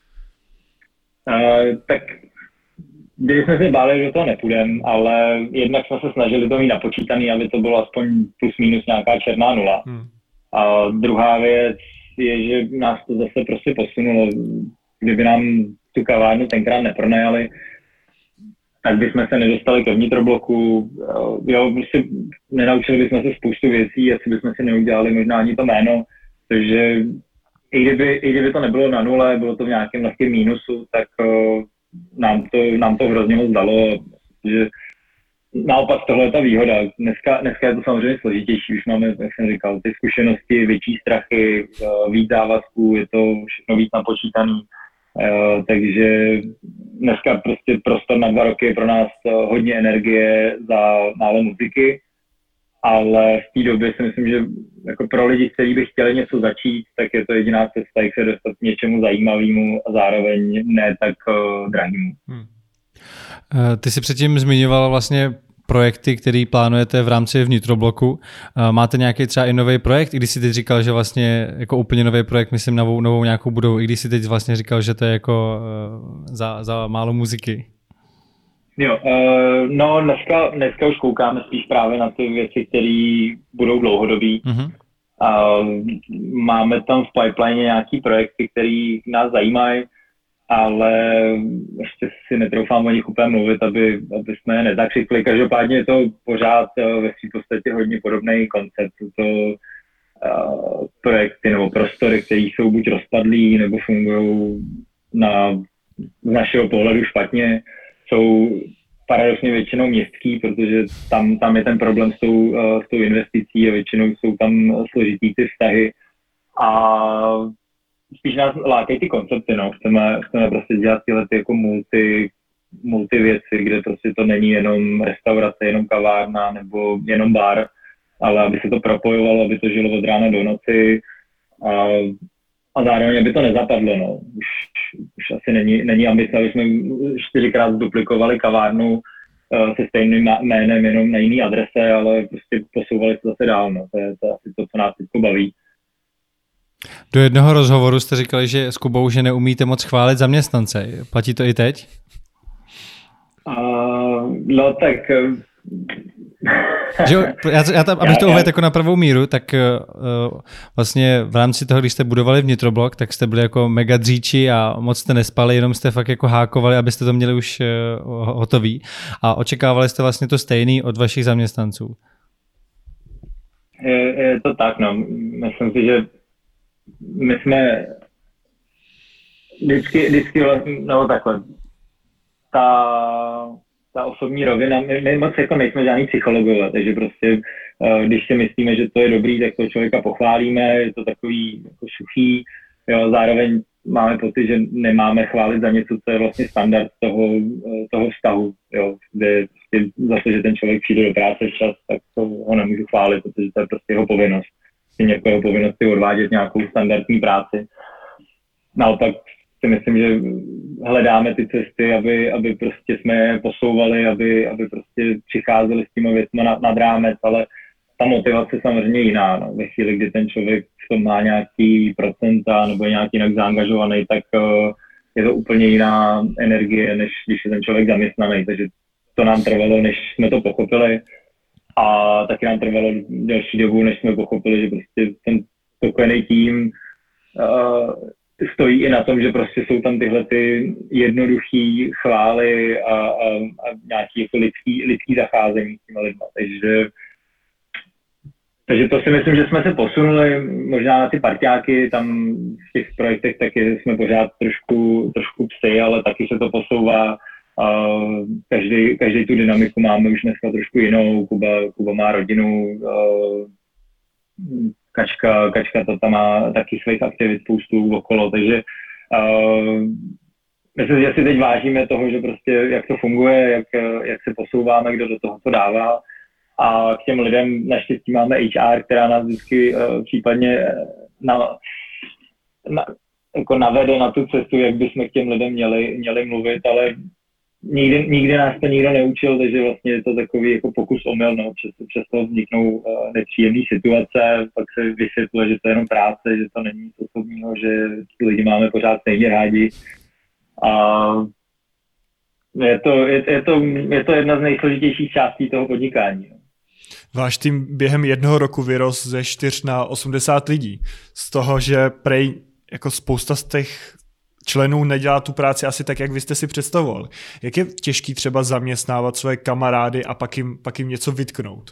Uh, tak když jsme se báli, že do toho nepůjdeme, ale jednak jsme se snažili to mít napočítaný, aby to bylo aspoň plus minus nějaká černá nula. Hmm. A druhá věc je, že nás to zase prostě posunulo. Kdyby nám tu kavárnu tenkrát nepronajali, tak bychom se nedostali ke vnitrobloku. Jo, prostě nenaučili bychom se spoustu věcí, asi bychom si neudělali možná ani to jméno. Takže i kdyby, i kdyby to nebylo na nule, bylo to v nějakém lehkém mínusu, tak Nám to, nám to hrozně moc dalo, že naopak tohle je ta výhoda. Dneska, dneska je to samozřejmě složitější, už máme, jak jsem říkal, ty zkušenosti, větší strachy, víc závazků, je to všechno víc napočítaný, takže dneska prostě prostor na dva roky je pro nás hodně energie za málo muziky, ale v té době si myslím, že jako pro lidi, kteří by chtěli něco začít, tak je to jediná cesta, jak se dostat k něčemu zajímavému a zároveň ne tak uh, drahýmu. Hmm. Ty jsi předtím zmiňoval vlastně projekty, které plánujete v rámci vnitrobloku. Máte nějaký třeba i nový projekt, i když jsi teď říkal, že vlastně jako úplně nový projekt, myslím novou, novou nějakou budovu, i když jsi teď vlastně říkal, že to je jako uh, za, za málo muziky. Jo, uh, no dneska, dneska už koukáme spíš právě na ty věci, které budou dlouhodobý. Mm-hmm. Uh, máme tam v pipeline nějaký projekty, které nás zajímají, ale ještě si netroufám o nich úplně mluvit, aby, aby jsme je nezakřikli. Každopádně je to pořád uh, ve svým podstatě hodně podobný koncept. To projekty nebo prostory, které jsou buď rozpadlý nebo fungují na, z našeho pohledu špatně, jsou paradoxně většinou městský, protože tam, tam je ten problém s tou, s tou investicí a většinou jsou tam složitý ty vztahy a spíš nás lákají ty koncepty, no. Chceme, chceme prostě dělat tyhle ty jako multi, multi věci, kde prostě to není jenom restaurace, jenom kavárna nebo jenom bar, ale aby se to propojovalo, aby to žilo od rána do noci a, a zároveň, aby to nezapadlo, no. Už, už asi není, není ambice, aby jsme čtyřikrát duplikovali kavárnu uh, se stejným jménem, jenom na jiný adrese, ale prostě posouvali se zase dál, no. To je to asi to, co nás teď baví. Do jednoho rozhovoru jste říkali, že s Kubou, že neumíte moc chválit zaměstnance. Platí to i teď? Uh, no tak... Že, já, já tam, abych to uvedl jako na pravou míru, tak uh, vlastně v rámci toho, když jste budovali vnitroblok, tak jste byli jako mega dříči a moc jste nespali, jenom jste fakt jako hákovali, abyste to měli už uh, hotový a očekávali jste vlastně to stejný od vašich zaměstnanců. Je, je to tak, no. Myslím si, že my jsme vždycky, vždycky vlastně, no takhle, ta, ta osobní rovina, my, my moc jako nejsme žádný psychologové, takže prostě, když si myslíme, že to je dobrý, tak toho člověka pochválíme, je to takový jako suchý, jo, zároveň máme pocit, že nemáme chválit za něco, co je vlastně standard toho, toho vztahu, jo, kde prostě za to, že ten člověk přijde do práce včas, tak to ho nemůžu chválit, protože to je prostě jeho povinnost. Jako jeho povinnosti odvádět nějakou standardní práci. Naopak si myslím, že hledáme ty cesty, aby, aby prostě jsme je posouvali, aby, aby prostě přicházeli s těma věcmi nad, nad rámec, ale ta motivace samozřejmě jiná. No. Ve chvíli, kdy ten člověk v tom má nějaký procenta nebo je nějak jinak zaangažovaný, tak uh, je to úplně jiná energie, než když je ten člověk zaměstnaný. Takže to nám trvalo, než jsme to pochopili. A taky nám trvalo delší dobu, než jsme pochopili, že prostě ten spokojený tým uh, stojí i na tom, že prostě jsou tam tyhle ty jednoduchý chvály a, a, a nějaký jako lidský, lidský zacházení s těma lidma. Takže, takže to si myslím, že jsme se posunuli možná na ty parťáky, tam v těch projektech taky jsme pořád trošku, trošku psy, ale taky se to posouvá. Uh, každý, každý tu dynamiku máme už dneska trošku jinou. Kuba, Kuba má rodinu, uh, Kačka, Kačka to tam má taky svých aktivit spoustu okolo, takže uh, myslím, že si teď vážíme toho, že prostě jak to funguje, jak, jak se posouváme, kdo do toho to dává a k těm lidem naštěstí máme H R, která nás vždycky uh, případně na, na, jako navede na tu cestu, jak bychom k těm lidem měli, měli mluvit, ale Nikdy, nikdy nás to nikdo neučil, takže vlastně je to takový jako pokus omyl, no. Přesto, přesto vzniknou uh, nepříjemné situace, pak se vysvětluje, že to je jenom práce, že to není nic osobního, že lidi máme pořád stejně rádi. A je to, je, je, to, je to jedna z nejsložitějších částí toho podnikání. No. Váš tým během jednoho roku vyrost ze čtyř na osmdesát lidí. Z toho, že prej jako spousta z těch členů nedělá tu práci asi tak, jak vy jste si představoval. Jak je těžký třeba zaměstnávat svoje kamarády a pak jim, pak jim něco vytknout?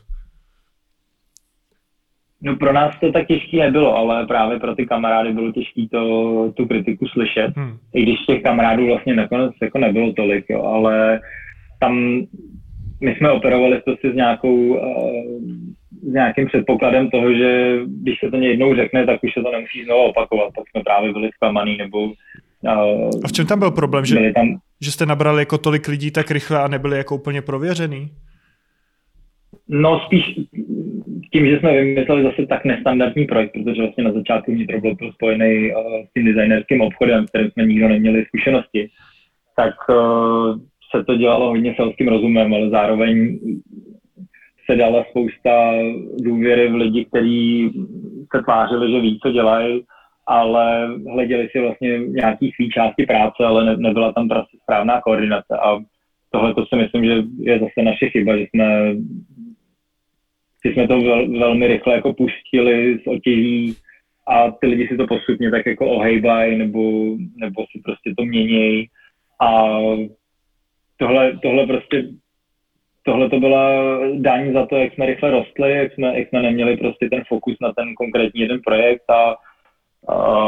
No pro nás to tak těžký nebylo, ale právě pro ty kamarády bylo těžké to, tu kritiku slyšet. Hmm. I když těch kamarádů vlastně nakonec jako nebylo tolik, jo, ale tam my jsme operovali prostě s nějakou uh, s nějakým předpokladem toho, že když se to jednou řekne, tak už se to nemusí znovu opakovat. Tak jsme právě byli zklamaný nebo A v čem tam byl problém, že, tam... že jste nabrali jako tolik lidí tak rychle a nebyli jako úplně prověřený? No spíš tím, že jsme vymysleli zase tak nestandardní projekt, protože vlastně na začátku vnitroblok byl spojený uh, s tím designerským obchodem, s kterým jsme nikdo neměli zkušenosti, tak uh, se to dělalo hodně selským rozumem, ale zároveň se dala spousta důvěry v lidi, kteří se tvářili, že ví, co dělají, ale hleděli si vlastně nějaký svý části práce, ale ne, nebyla tam prostě správná koordinace. A tohle to si myslím, že je zase naše chyba, že jsme, že jsme to vel, velmi rychle jako pustili z otěží a ty lidi si to postupně tak jako ohejbají nebo, nebo si prostě to měnějí. A tohle, tohle prostě tohle to byla daň za to, jak jsme rychle rostli, jak jsme, jak jsme neměli prostě ten fokus na ten konkrétní jeden projekt a, a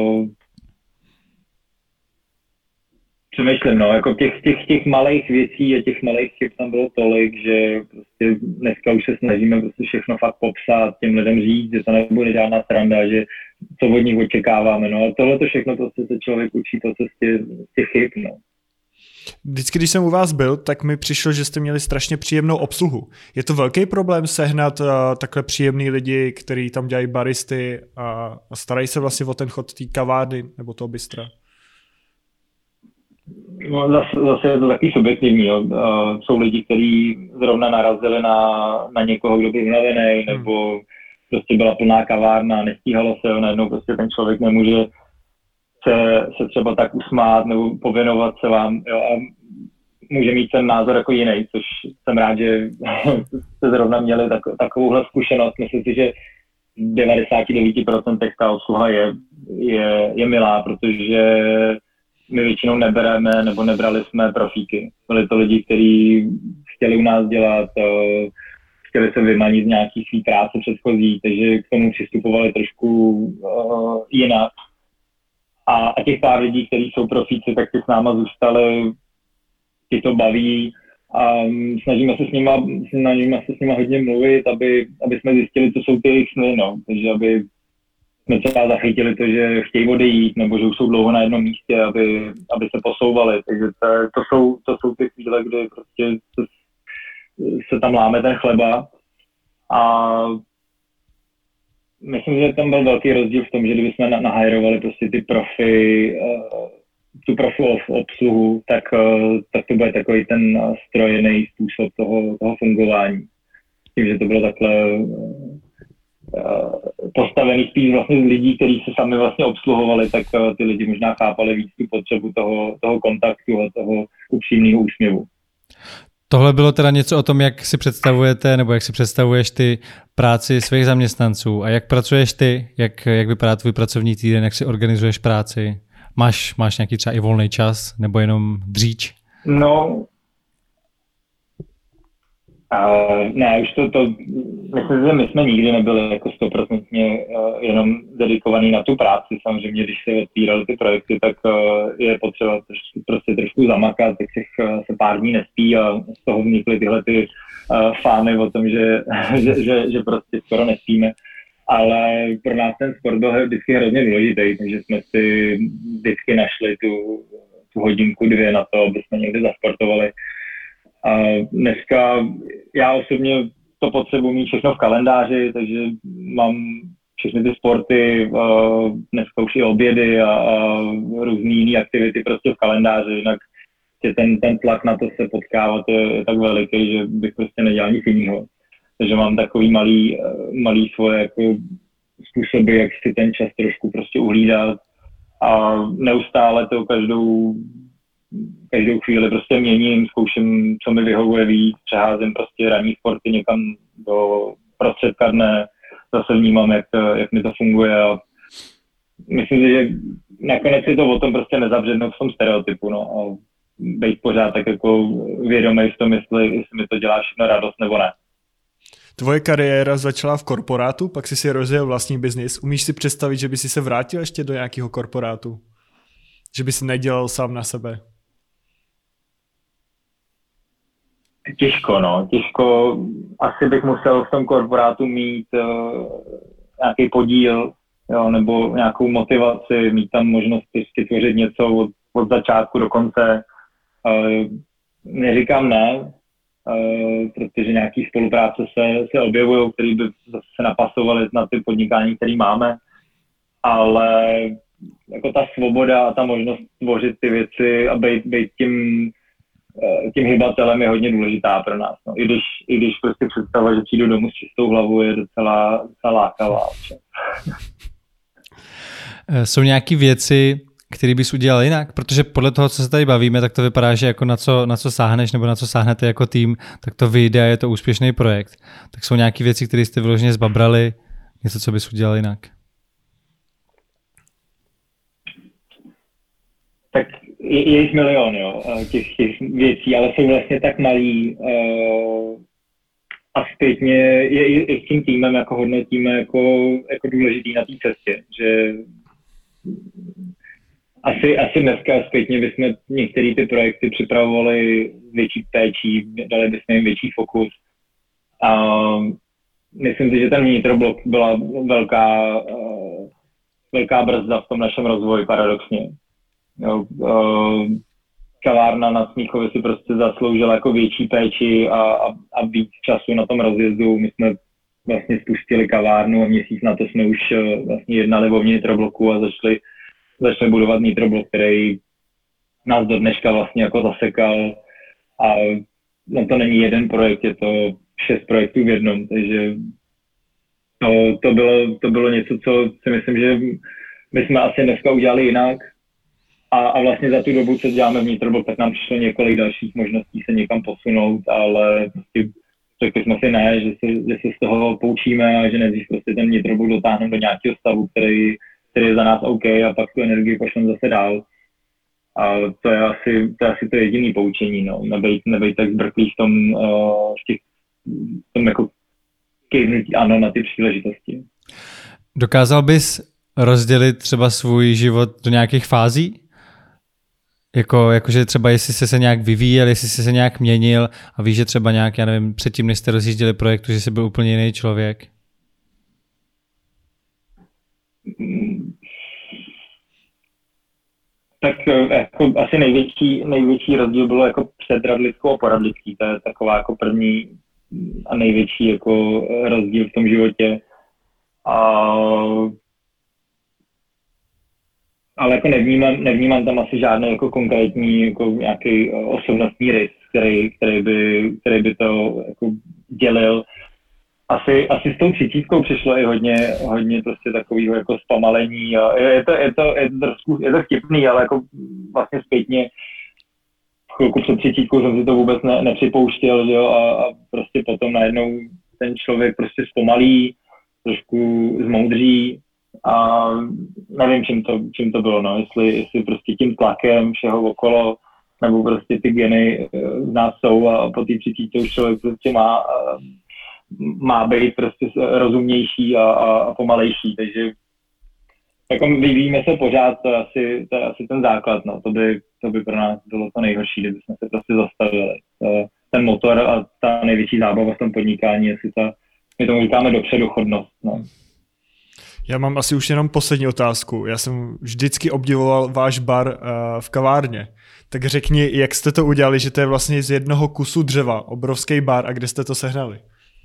přemýšlím, no, jako těch, těch, těch malých věcí a těch malých chyb tam bylo tolik, že prostě dneska už se snažíme prostě všechno fakt popsat, těm lidem říct, že to nebude žádná sranda, že co od nich očekáváme, no a tohle to všechno prostě se člověk učí po cestě z těch chyb, no. Vždycky, když jsem u vás byl, tak mi přišlo, že jste měli strašně příjemnou obsluhu. Je to velký problém sehnat uh, takhle příjemný lidi, kteří tam dělají baristy a, a starají se vlastně o ten chod té kavárny nebo toho bystra? No, zase, zase je to takový subjektivní. Jo. Uh, jsou lidi, kteří zrovna narazili na, na někoho, kdo byl unavený, hmm. nebo prostě byla plná kavárna, nestíhalo se, najednou prostě ten člověk nemůže se, se třeba tak usmát nebo pověnovat se vám, jo, a může mít ten názor jako jiný, což jsem rád, že jste zrovna měli tak, takovouhle zkušenost. Myslím si, že v devadesát devět procent ta obsluha je, je, je milá, protože my většinou nebereme nebo nebrali jsme profíky. Byli to lidi, kteří chtěli u nás dělat, chtěli se vymanit z nějaký svý práce předchozí, takže k tomu přistupovali trošku uh, jinak. A, a těch pár lidí, kteří jsou profíci, tak ty s náma zůstali, ty to baví a um, snažíme se s nima, snažíme se s nima hodně mluvit, aby, aby jsme zjistili, co jsou ty jejich sny, no. Takže aby jsme třeba zachytili to, že chtějí odejít, nebo že už jsou dlouho na jednom místě, aby, aby se posouvali. Takže to, to, jsou, to jsou ty chvíle, kdy prostě se, se tam láme ten chleba. A myslím, že tam byl velký rozdíl v tom, že kdybychom nahajrovali prostě ty profi, tu profi obsluhu, tak, tak to bude takový ten strojený způsob toho, toho fungování. Tím, že to bylo takhle postavený spíš vlastně z lidí, kteří se sami vlastně obsluhovali, tak ty lidi možná chápali víc tu potřebu toho, toho kontaktu a toho upřímného úsměvu. Tohle bylo teda něco o tom, jak si představujete, nebo jak si představuješ ty práci svých zaměstnanců a jak pracuješ ty, jak, jak vypadá tvůj pracovní týden, jak si organizuješ práci, máš, máš nějaký třeba i volný čas, nebo jenom dříč? No, Uh, ne, už to, to, myslím, že my jsme nikdy nebyli jako stoprocentně uh, jenom dedikovaný na tu práci. Samozřejmě, když se otvíraly ty projekty, tak uh, je potřeba trošku, prostě trošku zamakat, tak se, uh, se pár dní nespí a z toho vznikly tyhle ty uh, fámy o tom, že, že, že, že prostě skoro nespíme. Ale pro nás ten sport byl vždycky hrozně důležitý, takže jsme si vždycky našli tu, tu hodinku, dvě na to, aby jsme někde zasportovali. A dneska já osobně to potřebuji mít všechno v kalendáři, takže mám všechny ty sporty, dneska už i obědy a, a různý jiné aktivity prostě v kalendáři, jinak ten, ten tlak na to se potkávat je, je tak veliký, že bych prostě nedělal nic jiného. Takže mám takový malý, malý svoje jako způsoby, jak si ten čas trošku prostě uhlídat a neustále to každou každou chvíli prostě měním, zkouším, co mi vyhovuje víc, přeházím prostě ranní sporty někam do prostředka dne, zase vnímám, jak, jak mi to funguje a myslím si, že nakonec je to o tom prostě nezabřednout v tom stereotypu, no a být pořád tak jako vědomý v tom, jestli, jestli mi to dělá všechno radost nebo ne. Tvoje kariéra začala v korporátu, pak jsi si rozjel vlastní biznis. Umíš si představit, že by si se vrátil ještě do nějakého korporátu? Že by si nedělal sám na sebe? Těžko, no. Těžko. Asi bych musel v tom korporátu mít uh, nějaký podíl, jo, nebo nějakou motivaci, mít tam možnost tvořit něco od, od začátku do konce. Uh, neříkám ne, uh, protože nějaké spolupráce se, se objevují, které by se napasovaly na ty podnikání, které máme, ale jako ta svoboda a ta možnost tvořit ty věci a být, být tím tím hybatelem je hodně důležitá pro nás. No. I když, i když prostě představa, že přijdu domů s čistou hlavou, je docela, docela lákavá. Jsou nějaké věci, které bys udělal jinak? Protože podle toho, co se tady bavíme, tak to vypadá, že jako na co, na co sáhneš nebo na co sáhnete jako tým, tak to vyjde a je to úspěšný projekt. Tak jsou nějaké věci, které jste vyloženě zbabrali, něco, co bys udělal jinak? Tak je, je jich milion, jo, těch, těch věcí, ale jsou vlastně tak malý uh, a zpětně je i s tím týmem jako hodnotíme jako, jako důležitý na té cestě, že asi, asi dneska zpětně bychom některé ty projekty připravovali s větší péčí, dali bychom jim větší fokus. A myslím si, že ten nitroblok byla velká, uh, velká brzda v tom našem rozvoji, paradoxně. Jo, uh, kavárna na Smíchově si prostě zasloužila jako větší péči a, a, a víc času na tom rozjezdu. My jsme vlastně spustili kavárnu a měsíc na to jsme už uh, vlastně jednali o nitrobloku a začali, začali budovat nitroblok, který nás do dneška vlastně jako zasekal. A no, to není jeden projekt, je to šest projektů v jednom, takže to, to, bylo, to bylo něco, co si myslím, že my jsme asi dneska udělali jinak. A, a vlastně za tu dobu, co děláme v Nitroblok, tak nám přišlo několik dalších možností se někam posunout, ale prostě řekli jsme si ne, že se, že se z toho poučíme a že nejdřív prostě ten Nitroblok dotáhneme do nějakého stavu, který, který je za nás OK a pak tu energii pošleme zase dál. A to je asi to, je asi to jediné poučení, no. Nebejt, nebejt tak zbrklý v tom, uh, v těch, v tom jako kejvnutí ano na ty příležitosti. Dokázal bys rozdělit třeba svůj život do nějakých fází? Jako, jakože třeba jestli jsi se nějak vyvíjel, jestli jsi se nějak měnil a víš, že třeba nějak, já nevím, předtím, než jste rozjížděli projektu, že jsi byl úplně jiný člověk? Tak jako asi největší, největší rozdíl bylo jako před Radlickou a po Radlický. To je taková jako první a největší jako rozdíl v tom životě. A ale jako nevnímám, nevnímám tam asi žádný jako konkrétní jako nějaký osobnostní rys, který, který, by, který by to jako dělil. Asi, asi s tou třicítkou přišlo i hodně, hodně prostě takového jako zpomalení. A je, to, je, to, je, to trošku, je to vtipný, ale jako vlastně zpětně chvilku před třicítkou jsem si to vůbec ne, nepřipouštěl, jo, a, a prostě potom najednou ten člověk prostě zpomalí, trošku zmoudří. A nevím, čím to, čím to bylo, no, jestli, jestli prostě tím tlakem všeho okolo, nebo prostě ty geny v nás jsou a po té třicítce už člověk prostě má, má být prostě rozumnější a, a, a pomalejší, takže jako vyvíjíme se pořád, to je asi, to je asi ten základ, no, to by, to by pro nás bylo to nejhorší, kdyby jsme se prostě zastavili. To, ten motor a ta největší zábava v tom podnikání, jestli ta, my tomu říkáme dopředochodnost, no. Já mám asi už jenom poslední otázku. Já jsem vždycky obdivoval váš bar uh, v kavárně. Tak řekni, jak jste to udělali, že to je vlastně z jednoho kusu dřeva, obrovský bar, a kde jste to sehnali?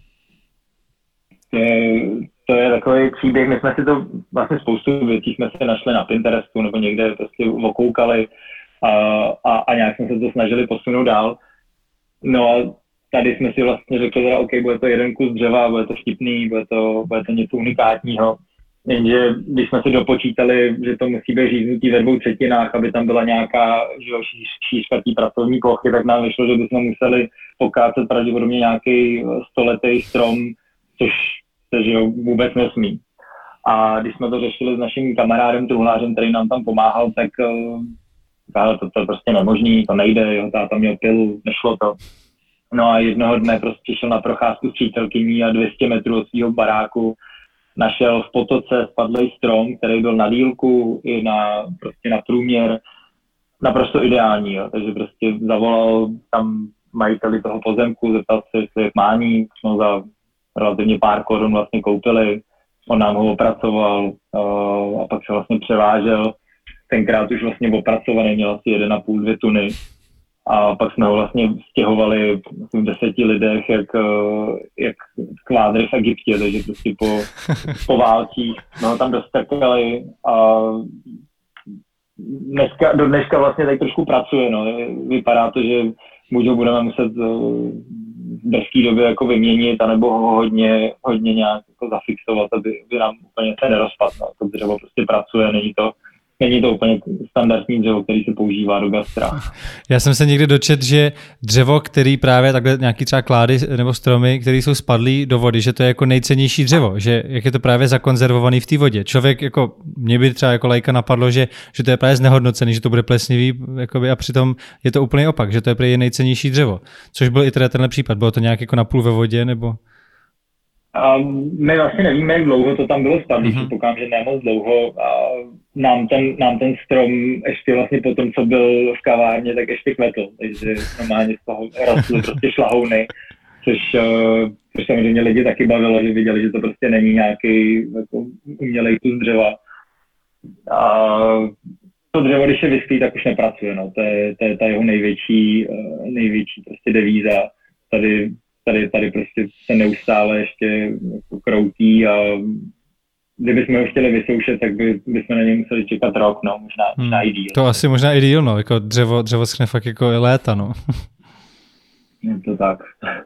To je, to je takový příběh, my jsme si to vlastně spoustu věcí jsme si našli na Pinterestu nebo někde prostě okoukali a, a, a nějak jsme se to snažili posunout dál. No a tady jsme si vlastně řekli, že OK, bude to jeden kus dřeva, bude to vtipný, bude to, bude to něco unikátního. Jenže když jsme si dopočítali, že to musí být říznutý ve dvou třetinách, aby tam byla nějaká šířka té pracovní plochy, tak nám vyšlo, že bychom museli pokácet pravděpodobně nějaký stoletý strom, což se že vůbec nesmí. A když jsme to řešili s naším kamarádem, truhlářem, který nám tam pomáhal, tak uh, to, to je prostě nemožný, to nejde, jeho táta měl pilu, nešlo to. No a jednoho dne prostě šel na procházku s přítelkyní a dvě stě metrů od svého baráku našel v potoce spadlej strom, který byl na dílku i na, prostě na průměr, naprosto ideální, jo. Takže prostě zavolal tam majiteli toho pozemku, zeptal se, jestli je mání, jsme za relativně pár korun vlastně koupili, on nám ho opracoval uh, a pak se vlastně převážel, tenkrát už vlastně opracovaný, měl asi jeden a půl, dvě tuny. A pak jsme ho vlastně stěhovali v deseti lidech, jak, jak kvádry v Egyptě, takže prostě po, po válcích jsme ho tam dostrkali a dneska, do dneška vlastně tady trošku pracuje, no. Vypadá to, že buď ho budeme muset v brzké době jako vyměnit, anebo ho hodně, hodně nějak jako zafixovat, aby, aby nám úplně se nerozpadl, no. To dřevo prostě pracuje, není to, není to úplně standardní dřevo, který se používá do gastra. Já jsem se někdy dočet, že dřevo, který právě takhle nějaký třeba klády nebo stromy, které jsou spadlý do vody, že to je jako nejcennější dřevo, že jak je to právě zakonzervovaný v té vodě. Člověk, jako mě by třeba jako laika napadlo, že, že to je právě znehodnocený, že to bude plesnivý, jakoby, a přitom je to úplně opak, že to je právě nejcennější dřevo. Což byl i teda tenhle případ. Bylo to nějak jako napůl ve vodě, nebo... A my vlastně nevíme, jak dlouho to tam bylo spadlý, mm-hmm. předpokládám, že ne moc dlouho. A nám, ten, nám ten strom ještě vlastně po tom, co byl v kavárně, tak ještě kvetl, takže normálně z toho rostly prostě šlahouny, což, což samozřejmě lidi taky bavilo, že viděli, že to prostě není nějaký jako umělej kus dřeva. A to dřevo, když je vyschlý, tak už nepracuje, no. To je, to je ta jeho největší, největší prostě devíza. Tady Tady, tady prostě se neustále ještě jako kroutí a kdybychom ho chtěli vysoušet, tak by, bychom na něj museli čekat rok, no, možná, hmm. možná i díl. To asi možná i díl, no, jako dřevo, dřevo schne fakt jako léta, no. Je to tak.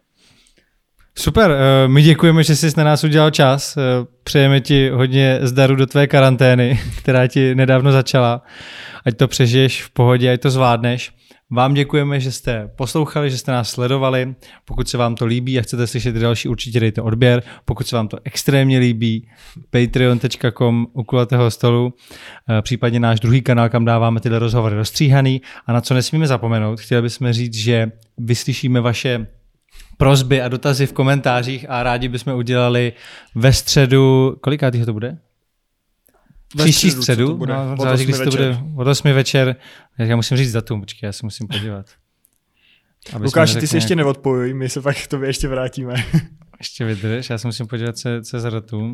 Super, my děkujeme, že jsi na nás udělal čas, přejeme ti hodně zdaru do tvé karantény, která ti nedávno začala, ať to přežiješ v pohodě, ať to zvládneš. Vám děkujeme, že jste poslouchali, že jste nás sledovali. Pokud se vám to líbí a chcete slyšet další, určitě dejte odběr. Pokud se vám to extrémně líbí, patreon tečka com u kulatého stolu, případně náš druhý kanál, kam dáváme tyhle rozhovory rozstříhaný. A na co nesmíme zapomenout, chtěli bychom říct, že vyslyšíme vaše prosby a dotazy v komentářích a rádi bychom udělali ve středu, kolikátýho to bude? Příští středu, to bude? No, záleží, když to bude od osmi večer. Já musím říct datum, počkej, já se musím podívat. Lukáši, ty si ještě nějak... neodpojuj, my se pak k tobě ještě vrátíme. Ještě vydrž, já se musím podívat, co, co je za datum.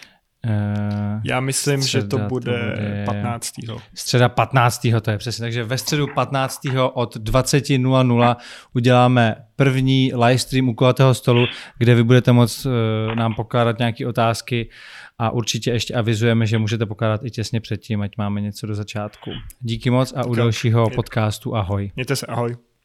Uh, já myslím, středa, že to bude, to bude patnáctého Středa patnáctého to je přesně, takže ve středu patnáctého od dvacet nula nula uděláme první livestream u kulatého stolu, kde vy budete moct uh, nám pokládat nějaké otázky a určitě ještě avizujeme, že můžete pokládat i těsně předtím, ať máme něco do začátku. Díky moc a u dalšího podcastu ahoj. Mějte se, ahoj.